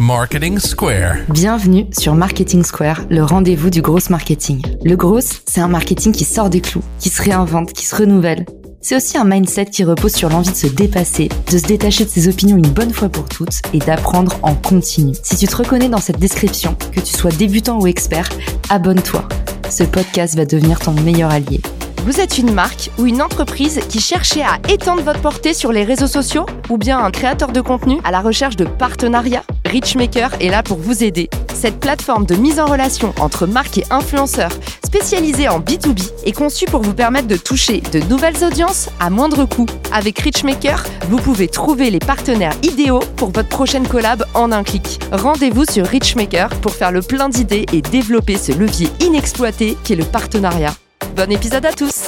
Marketing Square. Bienvenue sur Marketing Square, le rendez-vous du gros marketing. Le gros, c'est un marketing qui sort des clous, qui se réinvente, qui se renouvelle. C'est aussi un mindset qui repose sur l'envie de se dépasser, de se détacher de ses opinions une bonne fois pour toutes et d'apprendre en continu. Si tu te reconnais dans cette description, que tu sois débutant ou expert, abonne-toi. Ce podcast va devenir ton meilleur allié. Vous êtes une marque ou une entreprise qui cherchez à étendre votre portée sur les réseaux sociaux ou bien un créateur de contenu à la recherche de partenariats? Richmaker est là pour vous aider. Cette plateforme de mise en relation entre marques et influenceurs spécialisée en B2B est conçue pour vous permettre de toucher de nouvelles audiences à moindre coût. Avec Richmaker, vous pouvez trouver les partenaires idéaux pour votre prochaine collab en un clic. Rendez-vous sur Richmaker pour faire le plein d'idées et développer ce levier inexploité qu'est le partenariat. Bon épisode à tous!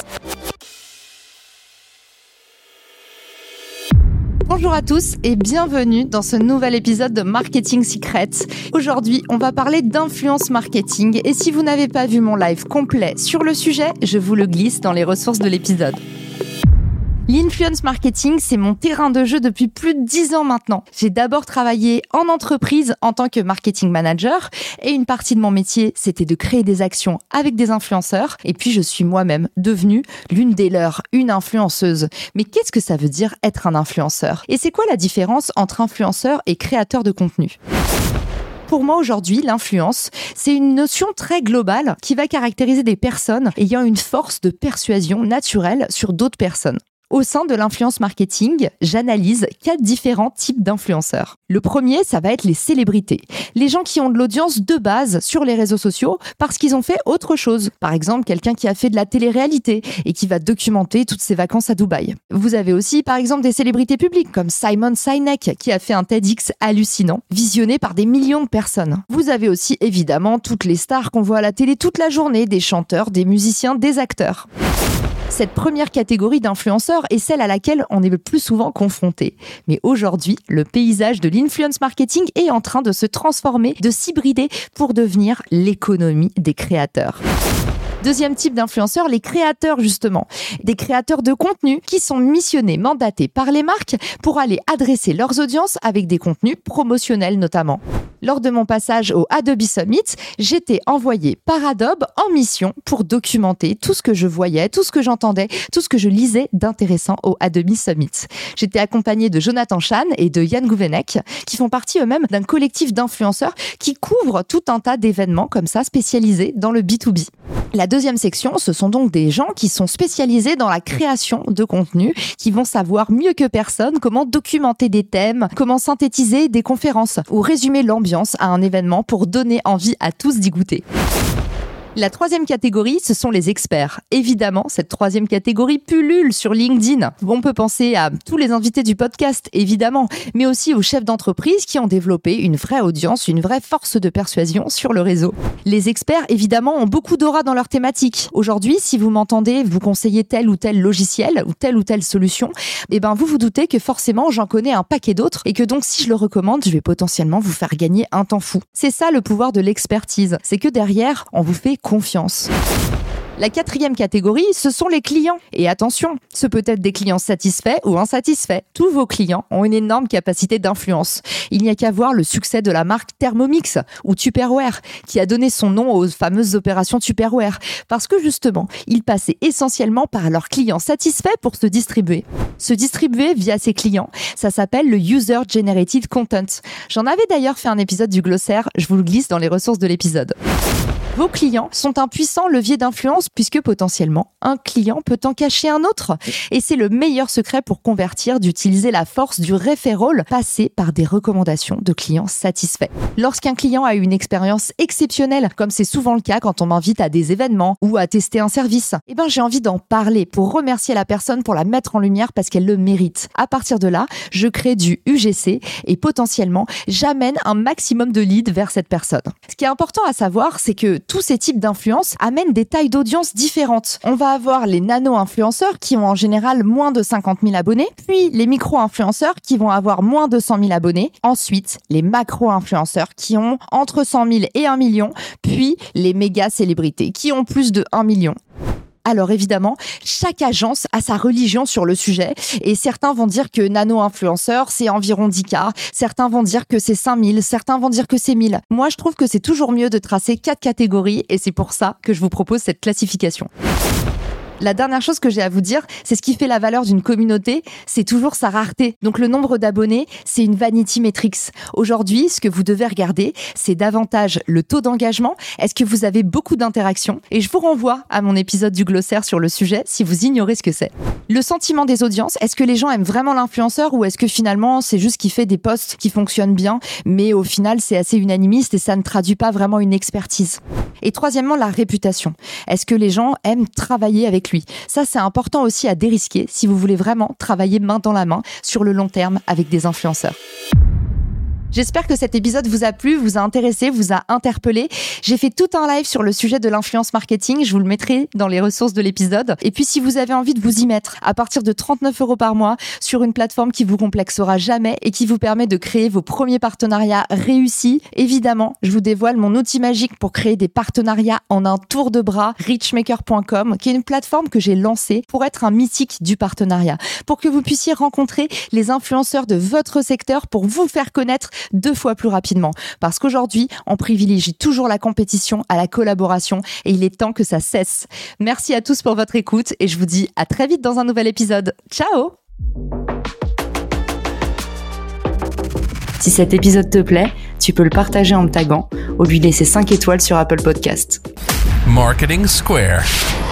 Bonjour à tous et bienvenue dans ce nouvel épisode de Marketing Secrets. Aujourd'hui, on va parler d'influence marketing et si vous n'avez pas vu mon live complet sur le sujet, je vous le glisse dans les ressources de l'épisode. L'influence marketing, c'est mon terrain de jeu depuis plus de 10 ans maintenant. J'ai d'abord travaillé en entreprise en tant que marketing manager et une partie de mon métier, c'était de créer des actions avec des influenceurs. Et puis, je suis moi-même devenue l'une des leurs, une influenceuse. Mais qu'est-ce que ça veut dire être un influenceur? Et c'est quoi la différence entre influenceur et créateur de contenu? Pour moi, aujourd'hui, l'influence, c'est une notion très globale qui va caractériser des personnes ayant une force de persuasion naturelle sur d'autres personnes. Au sein de l'influence marketing, j'analyse 4 différents types d'influenceurs. Le premier, ça va être les célébrités. Les gens qui ont de l'audience de base sur les réseaux sociaux parce qu'ils ont fait autre chose. Par exemple, quelqu'un qui a fait de la télé-réalité et qui va documenter toutes ses vacances à Dubaï. Vous avez aussi, par exemple, des célébrités publiques comme Simon Sinek qui a fait un TEDx hallucinant, visionné par des millions de personnes. Vous avez aussi, évidemment, toutes les stars qu'on voit à la télé toute la journée, des chanteurs, des musiciens, des acteurs. Cette première catégorie d'influenceurs est celle à laquelle on est le plus souvent confronté. Mais aujourd'hui, le paysage de l'influence marketing est en train de se transformer, de s'hybrider pour devenir l'économie des créateurs. Deuxième type d'influenceurs, les créateurs justement. Des créateurs de contenu qui sont missionnés, mandatés par les marques pour aller adresser leurs audiences avec des contenus promotionnels notamment. Lors de mon passage au Adobe Summit, j'étais envoyée par Adobe en mission pour documenter tout ce que je voyais, tout ce que j'entendais, tout ce que je lisais d'intéressant au Adobe Summit. J'étais accompagnée de Jonathan Chan et de Yann Gouvenek, qui font partie eux-mêmes d'un collectif d'influenceurs qui couvrent tout un tas d'événements comme ça spécialisés dans le B2B. La deuxième section, ce sont donc des gens qui sont spécialisés dans la création de contenu, qui vont savoir mieux que personne comment documenter des thèmes, comment synthétiser des conférences ou résumer l'ambiance à un événement pour donner envie à tous d'y goûter. La troisième catégorie, ce sont les experts. Évidemment, cette troisième catégorie pullule sur LinkedIn. On peut penser à tous les invités du podcast, évidemment, mais aussi aux chefs d'entreprise qui ont développé une vraie audience, une vraie force de persuasion sur le réseau. Les experts, évidemment, ont beaucoup d'aura dans leur thématique. Aujourd'hui, si vous m'entendez vous conseiller tel ou tel logiciel ou telle solution, vous vous doutez que forcément, j'en connais un paquet d'autres et que donc, si je le recommande, je vais potentiellement vous faire gagner un temps fou. C'est ça le pouvoir de l'expertise. C'est que derrière, on vous fait confiance. La quatrième catégorie, ce sont les clients. Et attention, ce peut être des clients satisfaits ou insatisfaits. Tous vos clients ont une énorme capacité d'influence. Il n'y a qu'à voir le succès de la marque Thermomix ou Tupperware, qui a donné son nom aux fameuses opérations Tupperware. Parce que justement, ils passaient essentiellement par leurs clients satisfaits pour se distribuer. Se distribuer via ses clients, ça s'appelle le User Generated Content. J'en avais d'ailleurs fait un épisode du glossaire, je vous le glisse dans les ressources de l'épisode. Vos clients sont un puissant levier d'influence puisque potentiellement, un client peut en cacher un autre. Et c'est le meilleur secret pour convertir d'utiliser la force du referral, passer par des recommandations de clients satisfaits. Lorsqu'un client a eu une expérience exceptionnelle, comme c'est souvent le cas quand on m'invite à des événements ou à tester un service, j'ai envie d'en parler pour remercier la personne, pour la mettre en lumière parce qu'elle le mérite. À partir de là, je crée du UGC et potentiellement, j'amène un maximum de leads vers cette personne. Ce qui est important à savoir, c'est que tous ces types d'influence amènent des tailles d'audience différentes. On va avoir les nano-influenceurs qui ont en général moins de 50 000 abonnés, puis les micro-influenceurs qui vont avoir moins de 100 000 abonnés, ensuite les macro-influenceurs qui ont entre 100 000 et 1 million, puis les méga-célébrités qui ont plus de 1 million. Alors évidemment, chaque agence a sa religion sur le sujet et certains vont dire que nano-influenceur, c'est environ 10K, certains vont dire que c'est 5000, certains vont dire que c'est 1000. Moi, je trouve que c'est toujours mieux de tracer 4 catégories et c'est pour ça que je vous propose cette classification. La dernière chose que j'ai à vous dire, c'est ce qui fait la valeur d'une communauté, c'est toujours sa rareté. Donc le nombre d'abonnés, c'est une vanity metrics. Aujourd'hui, ce que vous devez regarder, c'est davantage le taux d'engagement. Est-ce que vous avez beaucoup d'interactions ? Et je vous renvoie à mon épisode du glossaire sur le sujet si vous ignorez ce que c'est. Le sentiment des audiences, est-ce que les gens aiment vraiment l'influenceur ou est-ce que finalement c'est juste qu'il fait des posts qui fonctionnent bien, mais au final c'est assez unanimiste et ça ne traduit pas vraiment une expertise. Et troisièmement, la réputation. Est-ce que les gens aiment travailler avec lui ? Ça, c'est important aussi à dérisquer si vous voulez vraiment travailler main dans la main sur le long terme avec des influenceurs. J'espère que cet épisode vous a plu, vous a intéressé, vous a interpellé. J'ai fait tout un live sur le sujet de l'influence marketing. Je vous le mettrai dans les ressources de l'épisode. Et puis, si vous avez envie de vous y mettre à partir de 39 € par mois sur une plateforme qui vous complexera jamais et qui vous permet de créer vos premiers partenariats réussis, évidemment, je vous dévoile mon outil magique pour créer des partenariats en un tour de bras, richmaker.com, qui est une plateforme que j'ai lancée pour être un mythique du partenariat, pour que vous puissiez rencontrer les influenceurs de votre secteur pour vous faire connaître 2 fois plus rapidement. Parce qu'aujourd'hui, on privilégie toujours la compétition à la collaboration et il est temps que ça cesse. Merci à tous pour votre écoute et je vous dis à très vite dans un nouvel épisode. Ciao! Si cet épisode te plaît, tu peux le partager en me taguant ou lui laisser 5 étoiles sur Apple Podcast. Marketing Square.